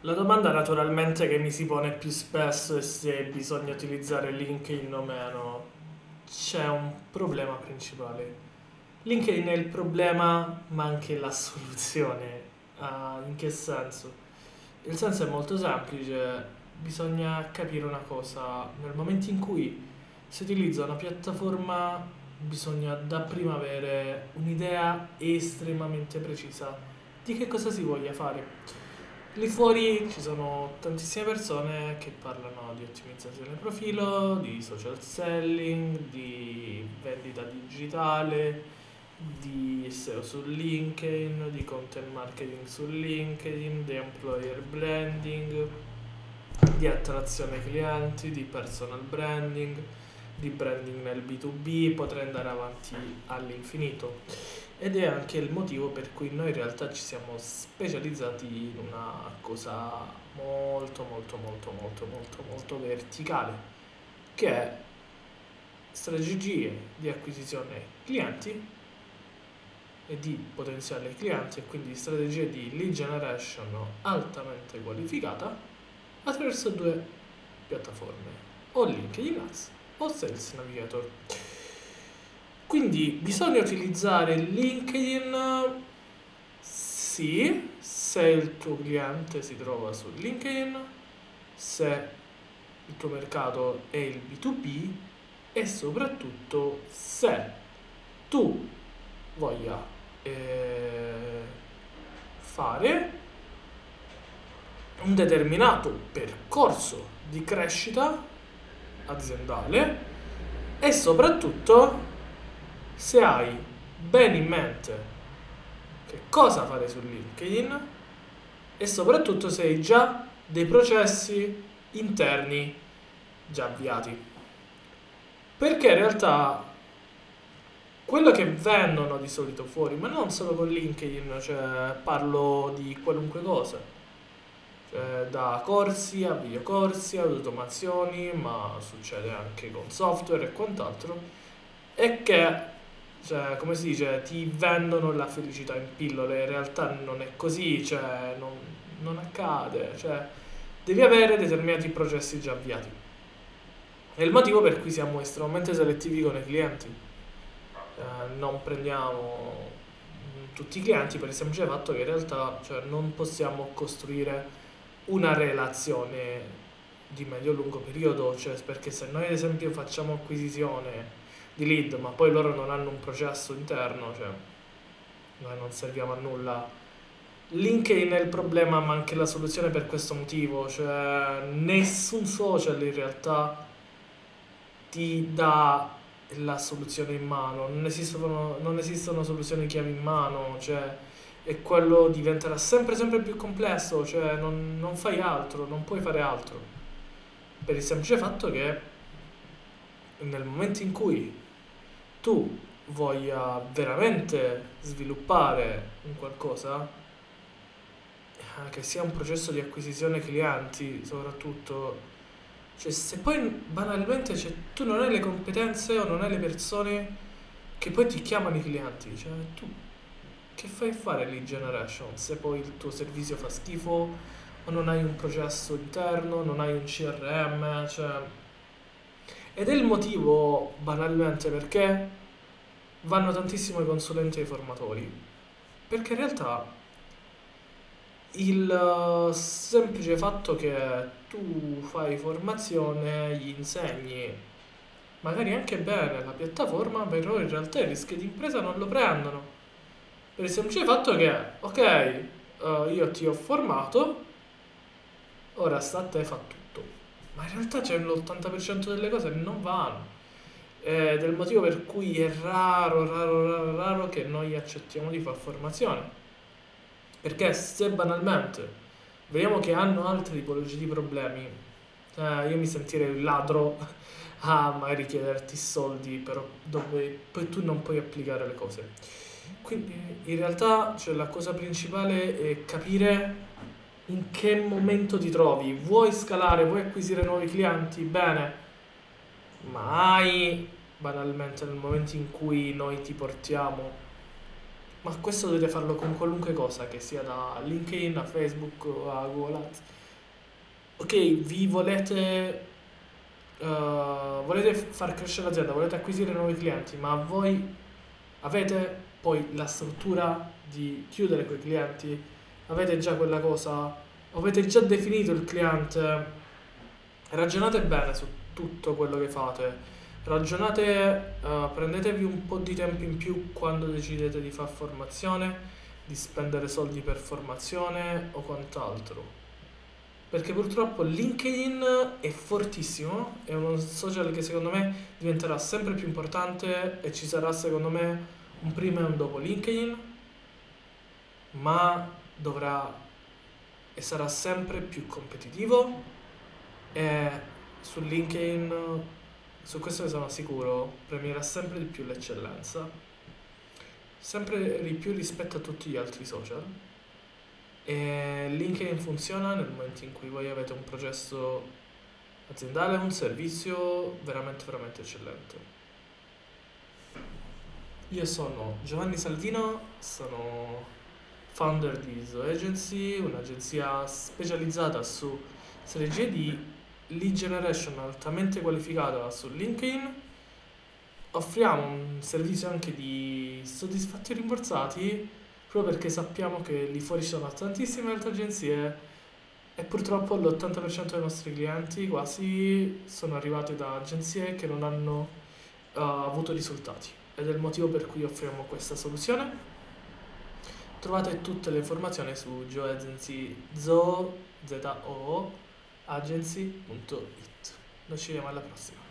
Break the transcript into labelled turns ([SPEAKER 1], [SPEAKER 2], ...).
[SPEAKER 1] La domanda naturalmente che mi si pone più spesso è se bisogna utilizzare LinkedIn o meno. C'è un problema principale. LinkedIn è il problema, ma anche la soluzione. Ah, in che senso? Il senso è molto semplice, bisogna capire una cosa. Nel momento in cui si utilizza una piattaforma, bisogna dapprima avere un'idea estremamente precisa di che cosa si voglia fare. Lì fuori ci sono tantissime persone che parlano di ottimizzazione profilo, di social selling, di vendita digitale, di SEO su LinkedIn, di content marketing su LinkedIn, di employer branding, di attrazione clienti, di personal branding, di branding nel B2B, potrei andare avanti all'infinito. Ed è anche il motivo per cui noi in realtà ci siamo specializzati in una cosa molto molto molto molto molto molto verticale, che è strategie di acquisizione clienti e di potenziali clienti e quindi strategie di lead generation altamente qualificata attraverso due piattaforme, o LinkedIn Ads o Sales Navigator. Quindi bisogna utilizzare LinkedIn, sì, se il tuo cliente si trova su LinkedIn, se il tuo mercato è il B2B e soprattutto se tu voglia fare un determinato percorso di crescita aziendale e soprattutto se hai bene in mente che cosa fare su LinkedIn e soprattutto se hai già dei processi interni già avviati. Perché in realtà quello che vendono di solito fuori, ma non solo con LinkedIn, cioè parlo di qualunque cosa, da corsi a videocorsi ad automazioni, ma succede anche con software e quant'altro, è che, cioè, come si dice, ti vendono la felicità in pillole, in realtà non è così, cioè, non accade, cioè, devi avere determinati processi già avviati. È il motivo per cui siamo estremamente selettivi con i clienti. Non prendiamo tutti i clienti per il semplice fatto che in realtà, cioè, non possiamo costruire una relazione di medio-lungo periodo, cioè perché se noi ad esempio facciamo acquisizione di lead ma poi loro non hanno un processo interno, cioè noi non serviamo a nulla. LinkedIn è il problema ma anche la soluzione per questo motivo, cioè nessun social in realtà ti dà la soluzione in mano, non esistono soluzioni chiave in mano, cioè e quello diventerà sempre sempre più complesso, cioè non fai altro, non puoi fare altro, per il semplice fatto che nel momento in cui tu voglia veramente sviluppare un qualcosa, che sia un processo di acquisizione clienti soprattutto, cioè se poi banalmente cioè, tu non hai le competenze o non hai le persone che poi ti chiamano i clienti, cioè tu che fai a fare lead generation se poi il tuo servizio fa schifo o non hai un processo interno, non hai un CRM, cioè. Ed è il motivo banalmente perché vanno tantissimo i consulenti e i formatori, perché in realtà il semplice fatto che tu fai formazione, gli insegni magari anche bene la piattaforma, però in realtà i rischi di impresa non lo prendono. Per il semplice fatto che, ok, io ti ho formato, ora sta a te fa tutto. Ma in realtà c'è l'80% delle cose che non vanno. Ed è il motivo per cui è raro, raro, raro, raro che noi accettiamo di fare formazione. Perché se banalmente vediamo che hanno altre tipologie di problemi, io mi sentirei un ladro a magari chiederti soldi, però dove poi tu non puoi applicare le cose. Quindi in realtà cioè, la cosa principale è capire in che momento ti trovi. Vuoi scalare, vuoi acquisire nuovi clienti? Bene, mai banalmente nel momento in cui noi ti portiamo Ma questo dovete farlo con qualunque cosa, che sia da LinkedIn a Facebook a Google Ads. Ok, vi volete far crescere l'azienda, volete acquisire nuovi clienti, ma voi avete poi la struttura di chiudere quei clienti? Avete già quella cosa? Avete già definito il cliente? Ragionate bene su tutto quello che fate. Ragionate, prendetevi un po' di tempo in più quando decidete di fare formazione, di spendere soldi per formazione o quant'altro. Perché purtroppo LinkedIn è fortissimo, è uno social che secondo me diventerà sempre più importante e ci sarà secondo me un prima e un dopo LinkedIn, ma dovrà e sarà sempre più competitivo e su LinkedIn, su questo ne sono sicuro, premierà sempre di più l'eccellenza, sempre di più rispetto a tutti gli altri social. E LinkedIn funziona nel momento in cui voi avete un processo aziendale, un servizio veramente, veramente eccellente. Io sono Giovanni Salvino, sono founder di Zo Agency, un'agenzia specializzata su strategie di lead generation altamente qualificata su LinkedIn. Offriamo un servizio anche di soddisfatti rimborsati proprio perché sappiamo che lì fuori ci sono tantissime altre agenzie e purtroppo l'80% dei nostri clienti quasi sono arrivati da agenzie che non hanno avuto risultati ed è il motivo per cui offriamo questa soluzione. Trovate tutte le informazioni su Zoo agency.it. Noi ci vediamo alla prossima.